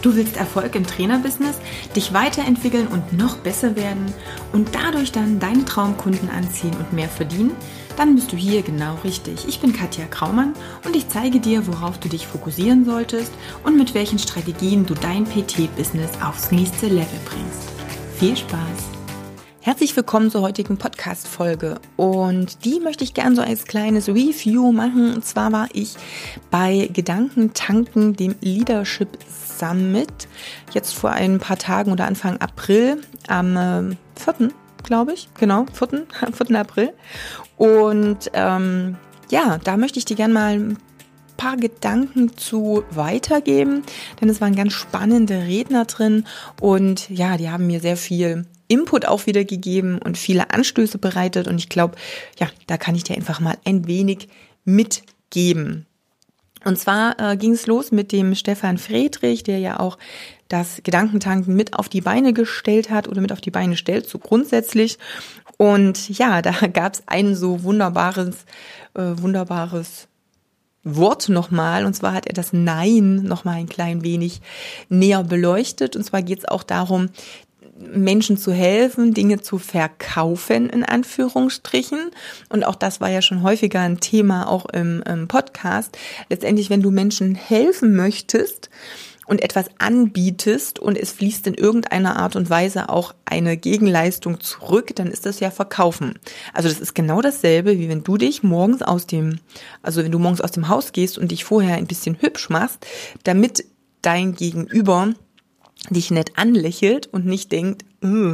Du willst Erfolg im Trainerbusiness, dich weiterentwickeln und noch besser werden und dadurch dann deine Traumkunden anziehen und mehr verdienen? Dann bist du hier genau richtig. Ich bin Katja Kraumann und ich zeige dir, worauf du dich fokussieren solltest und mit welchen Strategien du dein PT-Business aufs nächste Level bringst. Viel Spaß! Herzlich willkommen zur heutigen Podcast-Folge und die möchte ich gerne so als kleines Review machen. Und zwar war ich bei Gedankentanken, dem Leadership Summit, jetzt vor ein paar Tagen oder Anfang April, am 4. glaube ich, genau, 4. April. Und da möchte ich dir gerne mal ein paar Gedanken zu weitergeben, denn es waren ganz spannende Redner drin und ja, die haben mir sehr viel Input auch wieder gegeben und viele Anstöße bereitet und ich glaube, ja, da kann ich dir einfach mal ein wenig mitgeben. Und zwar ging es los mit dem Stefan Friedrich, der ja auch das Gedankentanken mit auf die Beine gestellt hat oder mit auf die Beine stellt, so grundsätzlich. Und ja, da gab es ein so wunderbares Wort nochmal, und zwar hat er das Nein nochmal ein klein wenig näher beleuchtet. Und zwar geht es auch darum, Menschen zu helfen, Dinge zu verkaufen, in Anführungsstrichen. Und auch das war ja schon häufiger ein Thema, auch im Podcast. Letztendlich, wenn du Menschen helfen möchtest und etwas anbietest und es fließt in irgendeiner Art und Weise auch eine Gegenleistung zurück, dann ist das ja Verkaufen. Also das ist genau dasselbe, wie wenn du dich morgens wenn du morgens aus dem Haus gehst und dich vorher ein bisschen hübsch machst, damit dein Gegenüber dich nett anlächelt und nicht denkt,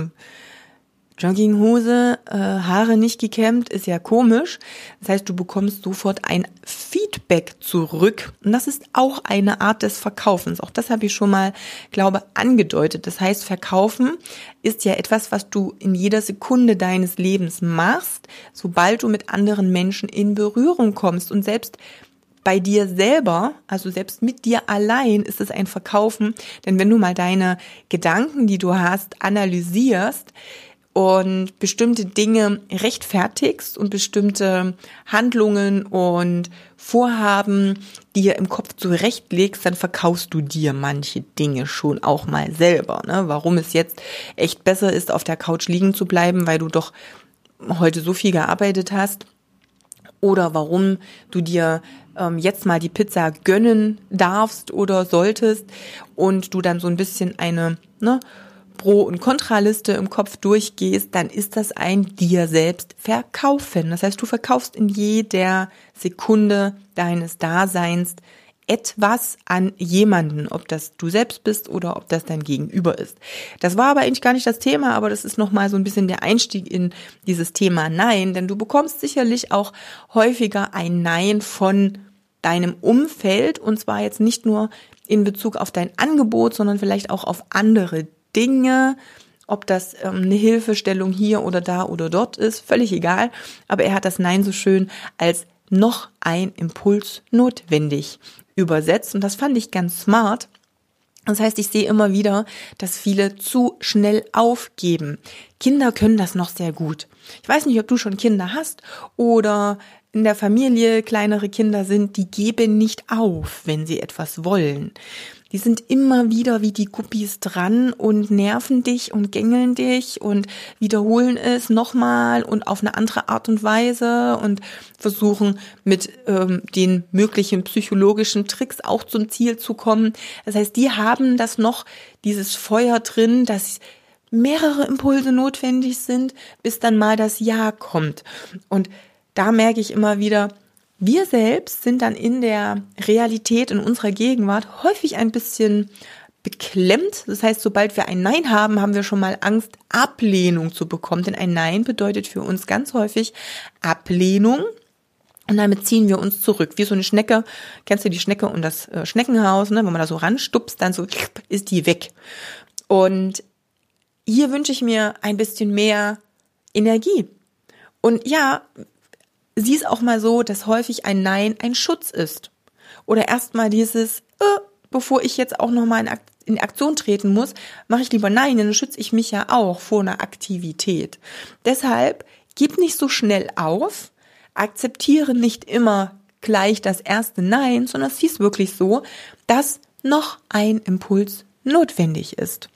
Jogginghose, Haare nicht gekämmt, ist ja komisch. Das heißt, du bekommst sofort ein Feedback zurück. Und das ist auch eine Art des Verkaufens. Auch das habe ich schon mal, glaube ich, angedeutet. Das heißt, Verkaufen ist ja etwas, was du in jeder Sekunde deines Lebens machst, sobald du mit anderen Menschen in Berührung kommst. Und selbst bei dir selber, also selbst mit dir allein, ist es ein Verkaufen. Denn wenn du mal deine Gedanken, die du hast, analysierst und bestimmte Dinge rechtfertigst und bestimmte Handlungen und Vorhaben dir im Kopf zurechtlegst, dann verkaufst du dir manche Dinge schon auch mal selber. Ne? Warum es jetzt echt besser ist, auf der Couch liegen zu bleiben, weil du doch heute so viel gearbeitet hast. Oder warum du dir jetzt mal die Pizza gönnen darfst oder solltest und du dann so ein bisschen eine Pro- und Kontraliste im Kopf durchgehst, dann ist das ein dir selbst verkaufen. Das heißt, du verkaufst in jeder Sekunde deines Daseins etwas an jemanden, ob das du selbst bist oder ob das dein Gegenüber ist. Das war aber eigentlich gar nicht das Thema, aber das ist nochmal so ein bisschen der Einstieg in dieses Thema Nein, denn du bekommst sicherlich auch häufiger ein Nein von deinem Umfeld und zwar jetzt nicht nur in Bezug auf dein Angebot, sondern vielleicht auch auf andere Dinge, ob das eine Hilfestellung hier oder da oder dort ist, völlig egal, aber er hat das Nein so schön als noch ein Impuls notwendig übersetzt und das fand ich ganz smart. Das heißt, ich sehe immer wieder, dass viele zu schnell aufgeben. Kinder können das noch sehr gut. Ich weiß nicht, ob du schon Kinder hast oder in der Familie kleinere Kinder sind, die geben nicht auf, wenn sie etwas wollen. Die sind immer wieder wie die Guppies dran und nerven dich und gängeln dich und wiederholen es nochmal und auf eine andere Art und Weise und versuchen mit den möglichen psychologischen Tricks auch zum Ziel zu kommen. Das heißt, die haben das noch, dieses Feuer drin, dass mehrere Impulse notwendig sind, bis dann mal das Ja kommt. Und da merke ich immer wieder, wir selbst sind dann in der Realität, in unserer Gegenwart häufig ein bisschen beklemmt. Das heißt, sobald wir ein Nein haben, haben wir schon mal Angst, Ablehnung zu bekommen. Denn ein Nein bedeutet für uns ganz häufig Ablehnung. Und damit ziehen wir uns zurück, wie so eine Schnecke. Kennst du die Schnecke und das Schneckenhaus, ne? Wenn man da so ranstupst, dann so ist die weg. Und hier wünsche ich mir ein bisschen mehr Energie. Und ja, sieh es auch mal so, dass häufig ein Nein ein Schutz ist. Oder erstmal dieses, bevor ich jetzt auch nochmal in Aktion treten muss, mache ich lieber Nein, denn dann schütze ich mich ja auch vor einer Aktivität. Deshalb gib nicht so schnell auf, akzeptiere nicht immer gleich das erste Nein, sondern sieh es wirklich so, dass noch ein Impuls notwendig ist.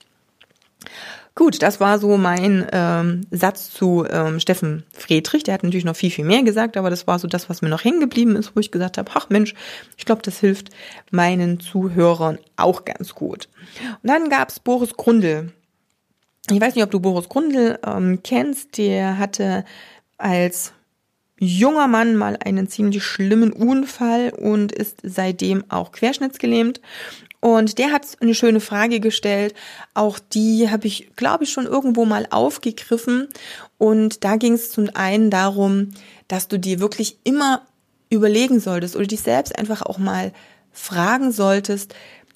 Gut, das war so mein Satz zu Steffen Friedrich. Der hat natürlich noch viel, viel mehr gesagt, aber das war so das, was mir noch hängen geblieben ist, wo ich gesagt habe, ach Mensch, ich glaube, das hilft meinen Zuhörern auch ganz gut. Und dann gab's Boris Grundl. Ich weiß nicht, ob du Boris Grundl kennst. Der hatte als junger Mann mal einen ziemlich schlimmen Unfall und ist seitdem auch querschnittsgelähmt. Und der hat eine schöne Frage gestellt, auch die habe ich, glaube ich, schon irgendwo mal aufgegriffen. Und da ging es zum einen darum, dass du dir wirklich immer überlegen solltest oder dich selbst einfach auch mal fragen solltest,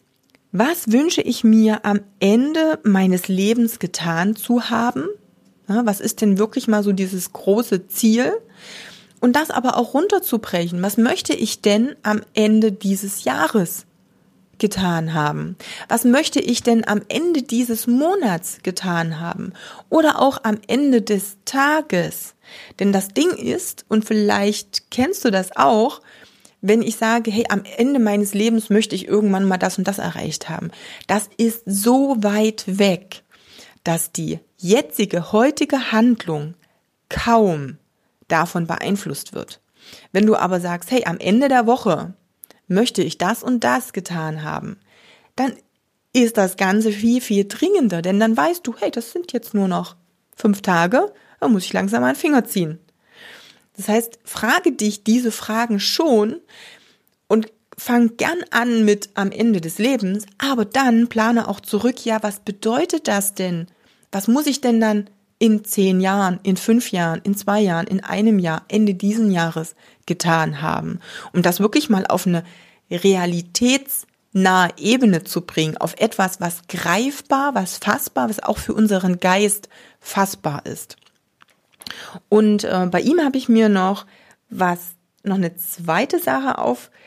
was wünsche ich mir am Ende meines Lebens getan zu haben? Ja, was ist denn wirklich mal so dieses große Ziel? Und das aber auch runterzubrechen. Was möchte ich denn am Ende dieses Jahres getan haben? Was möchte ich denn am Ende dieses Monats getan haben? Oder auch am Ende des Tages? Denn das Ding ist, und vielleicht kennst du das auch, wenn ich sage, hey, am Ende meines Lebens möchte ich irgendwann mal das und das erreicht haben. Das ist so weit weg, dass die heutige Handlung kaum davon beeinflusst wird. Wenn du aber sagst, hey, am Ende der Woche möchte ich das und das getan haben, dann ist das Ganze viel, viel dringender, denn dann weißt du, hey, das sind jetzt nur noch 5 Tage, da muss ich langsam einen Finger ziehen. Das heißt, frage dich diese Fragen schon und fang gern an mit am Ende des Lebens, aber dann plane auch zurück, ja, was bedeutet das denn? Was muss ich denn dann in 10 Jahren, in 5 Jahren, in 2 Jahren, in einem Jahr, Ende diesen Jahres getan haben, um das wirklich mal auf eine realitätsnahe Ebene zu bringen, auf etwas, was greifbar, was fassbar, was auch für unseren Geist fassbar ist. Und bei ihm habe ich mir noch eine zweite Sache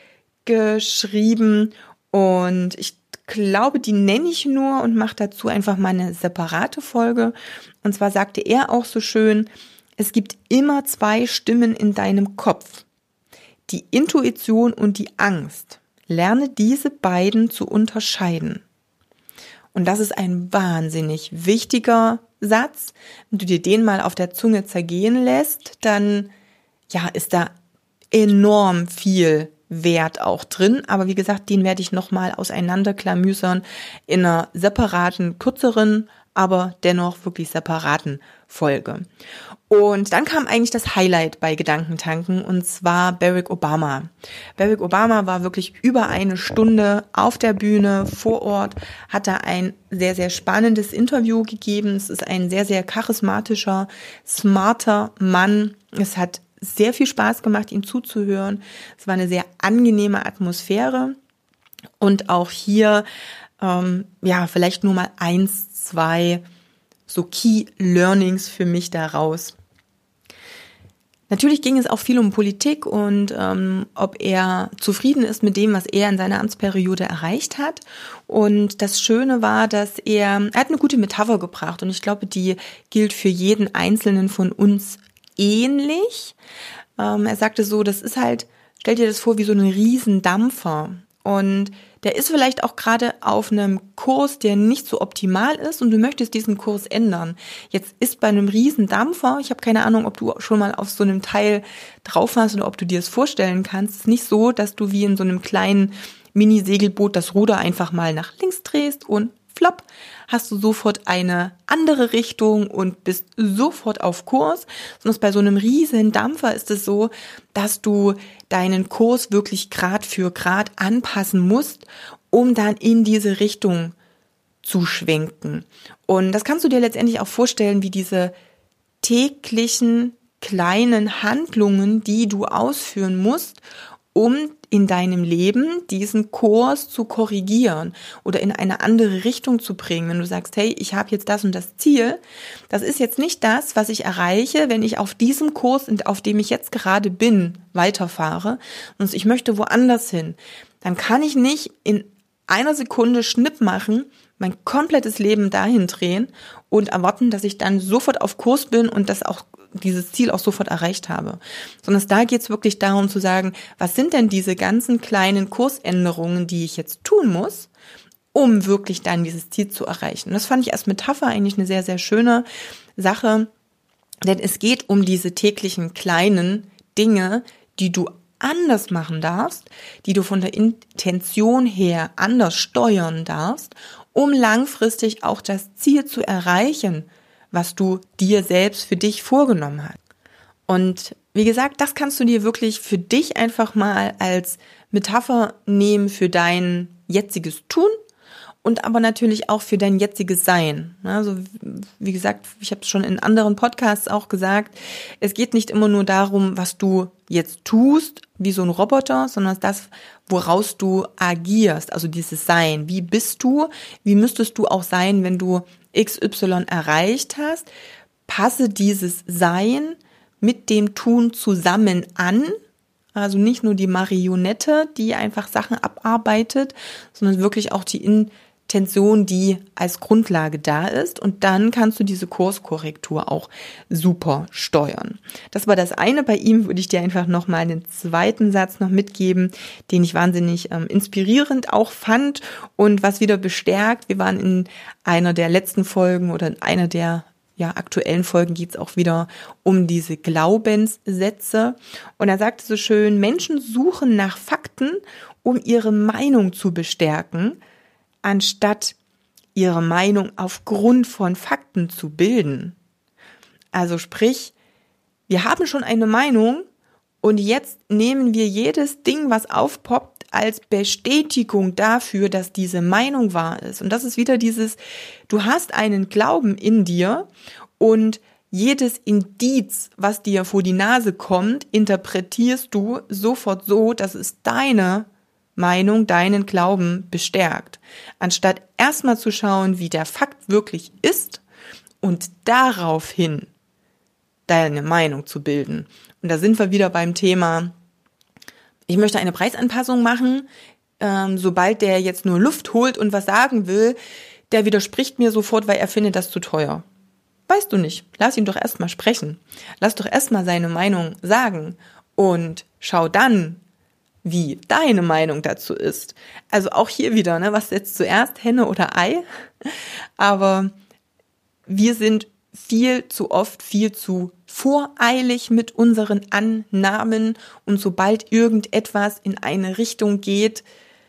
aufgeschrieben und ich glaube, die nenne ich nur und mache dazu einfach mal eine separate Folge. Und zwar sagte er auch so schön, es gibt immer 2 Stimmen in deinem Kopf. Die Intuition und die Angst. Lerne diese beiden zu unterscheiden. Und das ist ein wahnsinnig wichtiger Satz. Wenn du dir den mal auf der Zunge zergehen lässt, dann ja, ist da enorm viel Wert auch drin. Aber wie gesagt, den werde ich nochmal auseinanderklamüsern in einer separaten, kürzeren, aber dennoch wirklich separaten Folge. Und dann kam eigentlich das Highlight bei Gedankentanken und zwar Barack Obama. Barack Obama war wirklich über 1 Stunde auf der Bühne vor Ort, hat da ein sehr, sehr spannendes Interview gegeben. Es ist ein sehr, sehr charismatischer, smarter Mann. Es hat sehr viel Spaß gemacht, ihm zuzuhören. Es war eine sehr angenehme Atmosphäre und auch hier, vielleicht nur mal 1, 2 so Key Learnings für mich daraus. Natürlich ging es auch viel um Politik und ob er zufrieden ist mit dem, was er in seiner Amtsperiode erreicht hat. Und das Schöne war, dass er hat eine gute Metapher gebracht und ich glaube, die gilt für jeden Einzelnen von uns ähnlich. Er sagte so, das ist halt, stell dir das vor wie so ein Riesendampfer und der ist vielleicht auch gerade auf einem Kurs, der nicht so optimal ist und du möchtest diesen Kurs ändern. Jetzt ist bei einem Riesendampfer, ich habe keine Ahnung, ob du schon mal auf so einem Teil drauf warst oder ob du dir das vorstellen kannst, es ist nicht so, dass du wie in so einem kleinen Mini-Segelboot das Ruder einfach mal nach links drehst und flop, hast du sofort eine andere Richtung und bist sofort auf Kurs. Sondern bei so einem riesen Dampfer ist es so, dass du deinen Kurs wirklich Grad für Grad anpassen musst, um dann in diese Richtung zu schwenken. Und das kannst du dir letztendlich auch vorstellen, wie diese täglichen kleinen Handlungen, die du ausführen musst, um in deinem Leben diesen Kurs zu korrigieren oder in eine andere Richtung zu bringen. Wenn du sagst, hey, ich habe jetzt das und das Ziel, das ist jetzt nicht das, was ich erreiche, wenn ich auf diesem Kurs, auf dem ich jetzt gerade bin, weiterfahre und ich möchte woanders hin, dann kann ich nicht in einer Sekunde Schnipp machen, mein komplettes Leben dahin drehen und erwarten, dass ich dann sofort auf Kurs bin und das auch dieses Ziel auch sofort erreicht habe. Sondern da geht es wirklich darum zu sagen, was sind denn diese ganzen kleinen Kursänderungen, die ich jetzt tun muss, um wirklich dann dieses Ziel zu erreichen. Und das fand ich als Metapher eigentlich eine sehr, sehr schöne Sache, denn es geht um diese täglichen kleinen Dinge, die du anders machen darfst, die du von der Intention her anders steuern darfst, um langfristig auch das Ziel zu erreichen, was du dir selbst für dich vorgenommen hast. Und wie gesagt, das kannst du dir wirklich für dich einfach mal als Metapher nehmen für dein jetziges Tun und aber natürlich auch für dein jetziges Sein. Also wie gesagt, ich habe es schon in anderen Podcasts auch gesagt, es geht nicht immer nur darum, was du jetzt tust, wie so ein Roboter, sondern das, woraus du agierst, also dieses Sein. Wie bist du? Wie müsstest du auch sein, wenn du XY erreicht hast? Passe dieses Sein mit dem Tun zusammen an. Also nicht nur die Marionette, die einfach Sachen abarbeitet, sondern wirklich auch die Intention, die als Grundlage da ist. Und dann kannst du diese Kurskorrektur auch super steuern. Das war das eine. Bei ihm würde ich dir einfach nochmal einen zweiten Satz noch mitgeben, den ich wahnsinnig inspirierend auch fand und was wieder bestärkt. Wir waren in einer der letzten Folgen oder in einer der aktuellen Folgen geht es auch wieder um diese Glaubenssätze. Und er sagte so schön, Menschen suchen nach Fakten, um ihre Meinung zu bestärken, anstatt ihre Meinung aufgrund von Fakten zu bilden. Also sprich, wir haben schon eine Meinung und jetzt nehmen wir jedes Ding, was aufpoppt, als Bestätigung dafür, dass diese Meinung wahr ist. Und das ist wieder dieses, du hast einen Glauben in dir und jedes Indiz, was dir vor die Nase kommt, interpretierst du sofort so, dass es deine Meinung, deinen Glauben bestärkt. Anstatt erstmal zu schauen, wie der Fakt wirklich ist und daraufhin deine Meinung zu bilden. Und da sind wir wieder beim Thema, ich möchte eine Preisanpassung machen, sobald der jetzt nur Luft holt und was sagen will, der widerspricht mir sofort, weil er findet das zu teuer. Weißt du nicht, lass ihn doch erstmal sprechen. Lass doch erstmal seine Meinung sagen und schau dann, wie deine Meinung dazu ist. Also auch hier wieder, was jetzt zuerst, Henne oder Ei? Aber wir sind viel zu oft, viel zu voreilig mit unseren Annahmen und sobald irgendetwas in eine Richtung geht,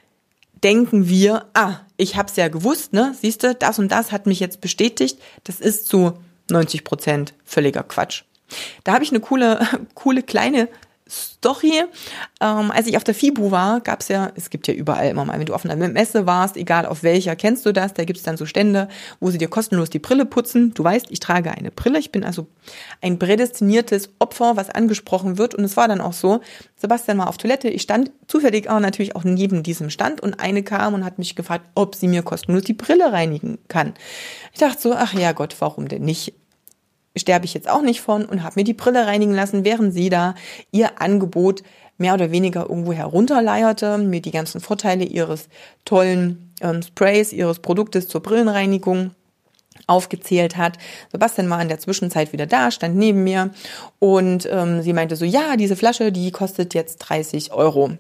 denken wir, ich hab's ja gewusst, siehst du, das und das hat mich jetzt bestätigt, das ist zu 90% völliger Quatsch. Da habe ich eine coole kleine Story. Als ich auf der FIBO war, es gibt ja überall immer mal, wenn du auf einer Messe warst, egal auf welcher, kennst du das, da gibt es dann so Stände, wo sie dir kostenlos die Brille putzen. Du weißt, ich trage eine Brille, ich bin also ein prädestiniertes Opfer, was angesprochen wird und es war dann auch so, Sebastian war auf Toilette, ich stand zufällig natürlich auch neben diesem Stand und eine kam und hat mich gefragt, ob sie mir kostenlos die Brille reinigen kann. Ich dachte so, ach ja Gott, warum denn nicht? Sterbe ich jetzt auch nicht von und habe mir die Brille reinigen lassen, während sie da ihr Angebot mehr oder weniger irgendwo herunterleierte, mir die ganzen Vorteile ihres tollen Sprays, ihres Produktes zur Brillenreinigung aufgezählt hat. Sebastian war in der Zwischenzeit wieder da, stand neben mir und sie meinte so, ja, diese Flasche, die kostet jetzt 30 €.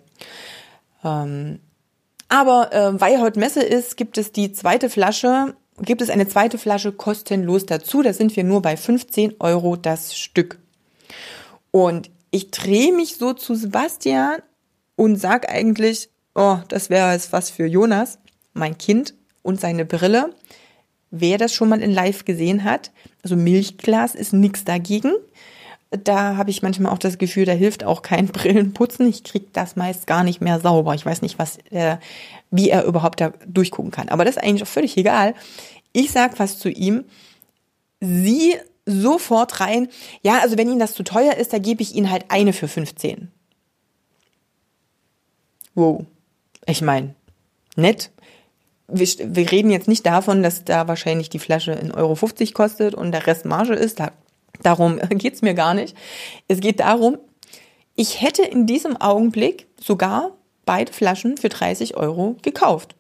Aber weil heute Messe ist, gibt es eine zweite Flasche kostenlos dazu. Da sind wir nur bei 15 € das Stück. Und ich drehe mich so zu Sebastian und sag eigentlich, das wäre jetzt was für Jonas, mein Kind und seine Brille. Wer das schon mal in live gesehen hat, also Milchglas ist nichts dagegen. Da habe ich manchmal auch das Gefühl, da hilft auch kein Brillenputzen. Ich kriege das meist gar nicht mehr sauber. Ich weiß nicht, wie er überhaupt da durchgucken kann. Aber das ist eigentlich auch völlig egal. Ich sag was zu ihm. Sie sofort rein. Ja, also wenn Ihnen das zu teuer ist, da gebe ich Ihnen halt eine für 15. Wow. Ich meine, nett. Wir reden jetzt nicht davon, dass da wahrscheinlich die Flasche in 1,50 € kostet und der Rest Marge ist. Darum geht's mir gar nicht. Es geht darum, ich hätte in diesem Augenblick sogar beide Flaschen für 30 € gekauft.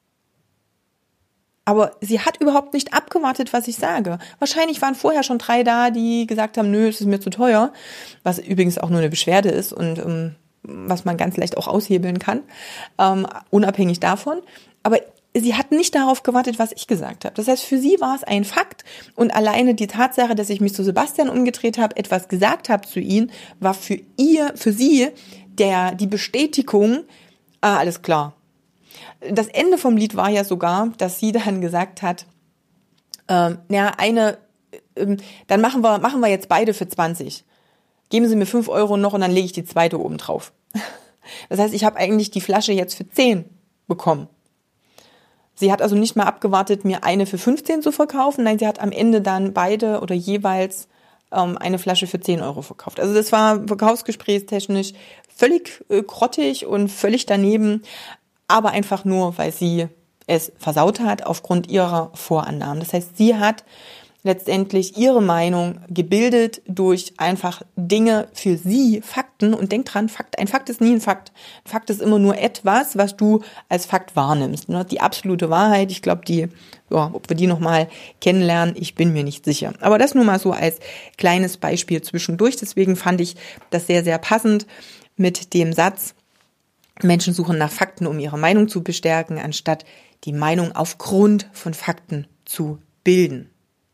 Aber sie hat überhaupt nicht abgewartet, was ich sage. Wahrscheinlich waren vorher schon 3 da, die gesagt haben, nö, es ist mir zu teuer. Was übrigens auch nur eine Beschwerde ist und was man ganz leicht auch aushebeln kann, unabhängig davon. Aber sie hat nicht darauf gewartet, was ich gesagt habe. Das heißt, für sie war es ein Fakt und alleine die Tatsache, dass ich mich zu Sebastian umgedreht habe, etwas gesagt habe zu ihm, war für sie die Bestätigung, alles klar. Das Ende vom Lied war ja sogar, dass sie dann gesagt hat, dann machen wir jetzt beide für 20. Geben Sie mir 5 Euro noch und dann lege ich die zweite oben drauf. Das heißt, ich habe eigentlich die Flasche jetzt für 10 bekommen. Sie hat also nicht mal abgewartet, mir eine für 15 zu verkaufen. Nein, sie hat am Ende dann beide oder jeweils eine Flasche für 10 Euro verkauft. Also das war verkaufsgesprächstechnisch völlig grottig und völlig daneben, aber einfach nur, weil sie es versaut hat aufgrund ihrer Vorannahmen. Das heißt, sie hat letztendlich ihre Meinung gebildet durch einfach Dinge für sie, Fakten. Und denk dran, ein Fakt ist nie ein Fakt. Ein Fakt ist immer nur etwas, was du als Fakt wahrnimmst. Die absolute Wahrheit, ich glaube, ob wir die nochmal kennenlernen, ich bin mir nicht sicher. Aber das nur mal so als kleines Beispiel zwischendurch. Deswegen fand ich das sehr, sehr passend mit dem Satz, Menschen suchen nach Fakten, um ihre Meinung zu bestärken, anstatt die Meinung aufgrund von Fakten zu bilden.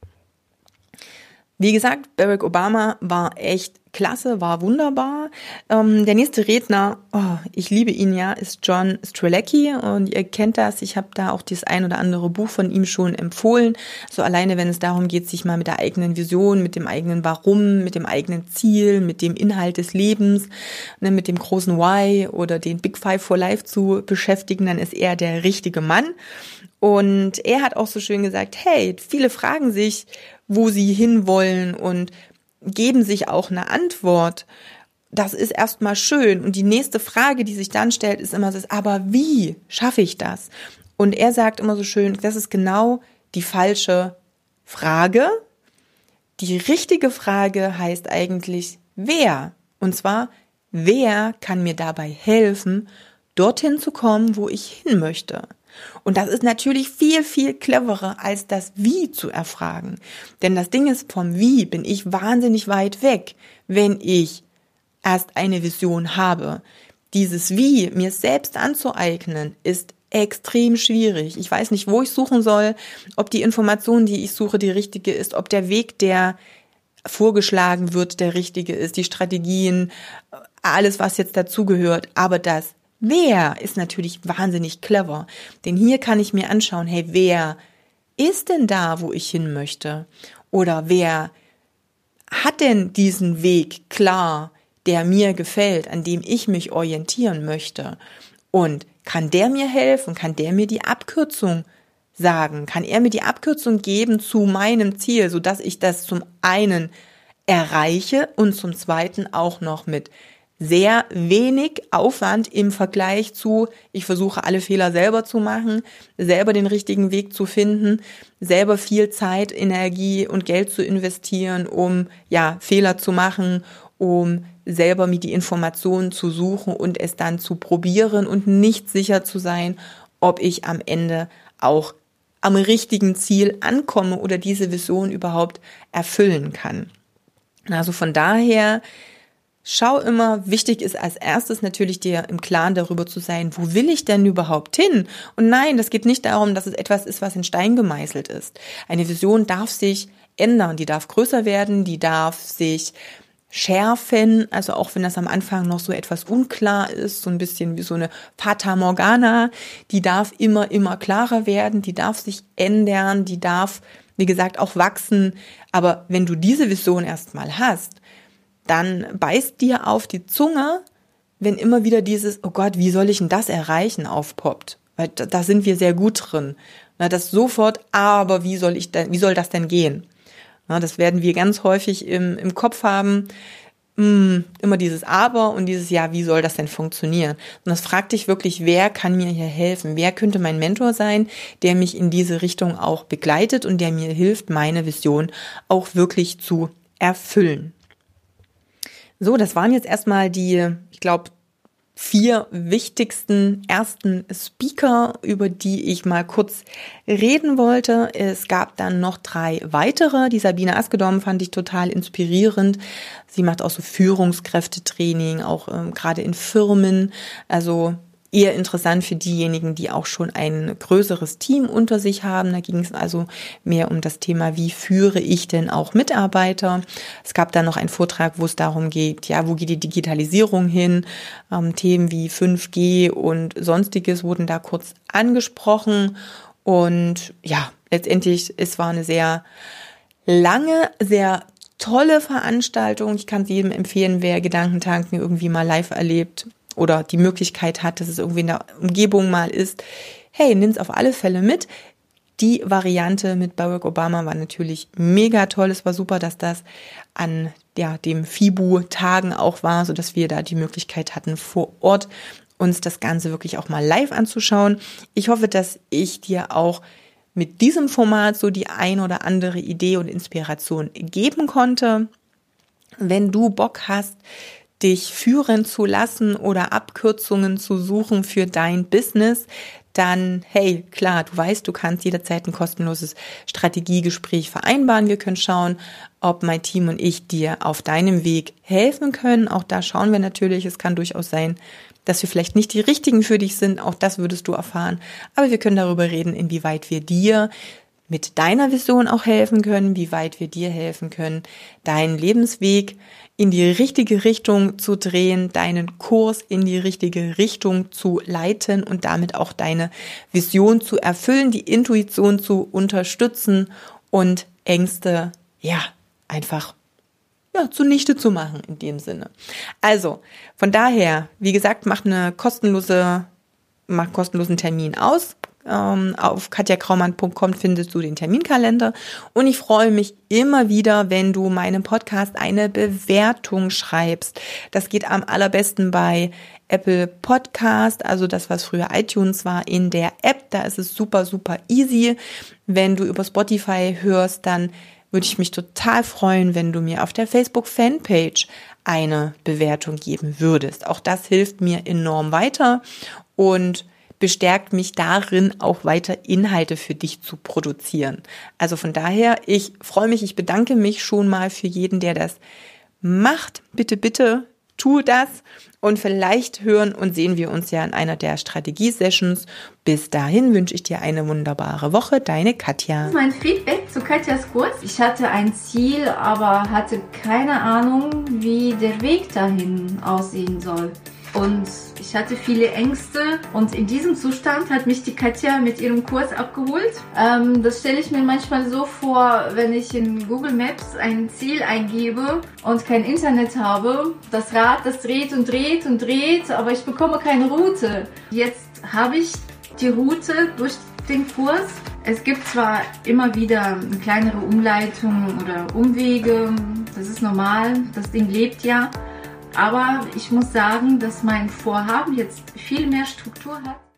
Wie gesagt, Barack Obama war echt klasse, war wunderbar. Der nächste Redner, ich liebe ihn ja, ist John Strzelecki und ihr kennt das. Ich habe da auch das ein oder andere Buch von ihm schon empfohlen. So alleine, wenn es darum geht, sich mal mit der eigenen Vision, mit dem eigenen Warum, mit dem eigenen Ziel, mit dem Inhalt des Lebens, mit dem großen Why oder den Big Five for Life zu beschäftigen, dann ist er der richtige Mann. Und er hat auch so schön gesagt, hey, viele fragen sich, wo sie hinwollen und geben sich auch eine Antwort. Das ist erstmal schön. Und die nächste Frage, die sich dann stellt, ist immer das, aber wie schaffe ich das? Und er sagt immer so schön, das ist genau die falsche Frage. Die richtige Frage heißt eigentlich, wer? Und zwar, wer kann mir dabei helfen, dorthin zu kommen, wo ich hin möchte? Und das ist natürlich viel, viel cleverer, als das Wie zu erfragen. Denn das Ding ist, vom Wie bin ich wahnsinnig weit weg, wenn ich erst eine Vision habe. Dieses Wie mir selbst anzueignen, ist extrem schwierig. Ich weiß nicht, wo ich suchen soll, ob die Information, die ich suche, die richtige ist, ob der Weg, der vorgeschlagen wird, der richtige ist, die Strategien, alles, was jetzt dazugehört. Aber das Wer ist natürlich wahnsinnig clever, denn hier kann ich mir anschauen, hey, wer ist denn da, wo ich hin möchte? Oder wer hat denn diesen Weg klar, der mir gefällt, an dem ich mich orientieren möchte? Und kann der mir helfen? Kann der mir die Abkürzung sagen? Kann er mir die Abkürzung geben zu meinem Ziel, sodass ich das zum einen erreiche und zum zweiten auch noch mit sehr wenig Aufwand im Vergleich zu, ich versuche alle Fehler selber zu machen, selber den richtigen Weg zu finden, selber viel Zeit, Energie und Geld zu investieren, um Fehler zu machen, um selber mir die Informationen zu suchen und es dann zu probieren und nicht sicher zu sein, ob ich am Ende auch am richtigen Ziel ankomme oder diese Vision überhaupt erfüllen kann. Also von daher, schau immer, wichtig ist als erstes natürlich dir im Klaren darüber zu sein, wo will ich denn überhaupt hin? Und nein, das geht nicht darum, dass es etwas ist, was in Stein gemeißelt ist. Eine Vision darf sich ändern, die darf größer werden, die darf sich schärfen, also auch wenn das am Anfang noch so etwas unklar ist, so ein bisschen wie so eine Fata Morgana, die darf immer klarer werden, die darf sich ändern, die darf, wie gesagt, auch wachsen. Aber wenn du diese Vision erstmal hast, dann beißt dir auf die Zunge, wenn immer wieder dieses, oh Gott, wie soll ich denn das erreichen, aufpoppt. Weil da sind wir sehr gut drin. Das sofort, aber wie soll das denn gehen? Das werden wir ganz häufig im Kopf haben. Immer dieses Aber und dieses Ja, wie soll das denn funktionieren? Und das fragt dich wirklich, wer kann mir hier helfen? Wer könnte mein Mentor sein, der mich in diese Richtung auch begleitet und der mir hilft, meine Vision auch wirklich zu erfüllen? So, das waren jetzt erstmal die, ich glaube, 4 wichtigsten ersten Speaker, über die ich mal kurz reden wollte. Es gab dann noch 3 weitere. Die Sabine Askedom fand ich total inspirierend. Sie macht auch so Führungskräftetraining, auch gerade in Firmen. Also eher interessant für diejenigen, die auch schon ein größeres Team unter sich haben. Da ging es also mehr um das Thema, wie führe ich denn auch Mitarbeiter. Es gab dann noch einen Vortrag, wo es darum geht, ja, wo geht die Digitalisierung hin? Themen wie 5G und Sonstiges wurden da kurz angesprochen. Und ja, letztendlich, es war eine sehr lange, sehr tolle Veranstaltung. Ich kann es jedem empfehlen, wer Gedankentanken irgendwie mal live erlebt oder die Möglichkeit hat, dass es irgendwie in der Umgebung mal ist. Hey, nimm's auf alle Fälle mit. Die Variante mit Barack Obama war natürlich mega toll. Es war super, dass das an dem FIBU-Tagen auch war, sodass wir da die Möglichkeit hatten, vor Ort uns das Ganze wirklich auch mal live anzuschauen. Ich hoffe, dass ich dir auch mit diesem Format so die ein oder andere Idee und Inspiration geben konnte. Wenn du Bock hast, dich führen zu lassen oder Abkürzungen zu suchen für dein Business, dann, hey, klar, du weißt, du kannst jederzeit ein kostenloses Strategiegespräch vereinbaren. Wir können schauen, ob mein Team und ich dir auf deinem Weg helfen können. Auch da schauen wir natürlich, es kann durchaus sein, dass wir vielleicht nicht die richtigen für dich sind. Auch das würdest du erfahren. Aber wir können darüber reden, inwieweit wir dir mit deiner Vision auch helfen können, wie weit wir dir helfen können, deinen Lebensweg in die richtige Richtung zu drehen, deinen Kurs in die richtige Richtung zu leiten und damit auch deine Vision zu erfüllen, die Intuition zu unterstützen und Ängste, einfach zunichte zu machen in dem Sinne. Also, von daher, wie gesagt, mach kostenlosen Termin aus. Auf katjakraumann.com findest du den Terminkalender und ich freue mich immer wieder, wenn du meinem Podcast eine Bewertung schreibst. Das geht am allerbesten bei Apple Podcast, also das, was früher iTunes war, in der App. Da ist es super, super easy. Wenn du über Spotify hörst, dann würde ich mich total freuen, wenn du mir auf der Facebook-Fanpage eine Bewertung geben würdest. Auch das hilft mir enorm weiter und bestärkt mich darin, auch weiter Inhalte für dich zu produzieren. Also von daher, ich freue mich, ich bedanke mich schon mal für jeden, der das macht. Bitte, bitte, tu das und vielleicht hören und sehen wir uns ja in einer der Strategie-Sessions. Bis dahin wünsche ich dir eine wunderbare Woche. Deine Katja. Mein Feedback zu Katjas Kurs. Ich hatte ein Ziel, aber hatte keine Ahnung, wie der Weg dahin aussehen soll. Und ich hatte viele Ängste und in diesem Zustand hat mich die Katja mit ihrem Kurs abgeholt. Das stelle ich mir manchmal so vor, wenn ich in Google Maps ein Ziel eingebe und kein Internet habe. Das Rad, das dreht und dreht und dreht, aber ich bekomme keine Route. Jetzt habe ich die Route durch den Kurs. Es gibt zwar immer wieder kleinere Umleitungen oder Umwege, das ist normal, das Ding lebt ja. Aber ich muss sagen, dass mein Vorhaben jetzt viel mehr Struktur hat.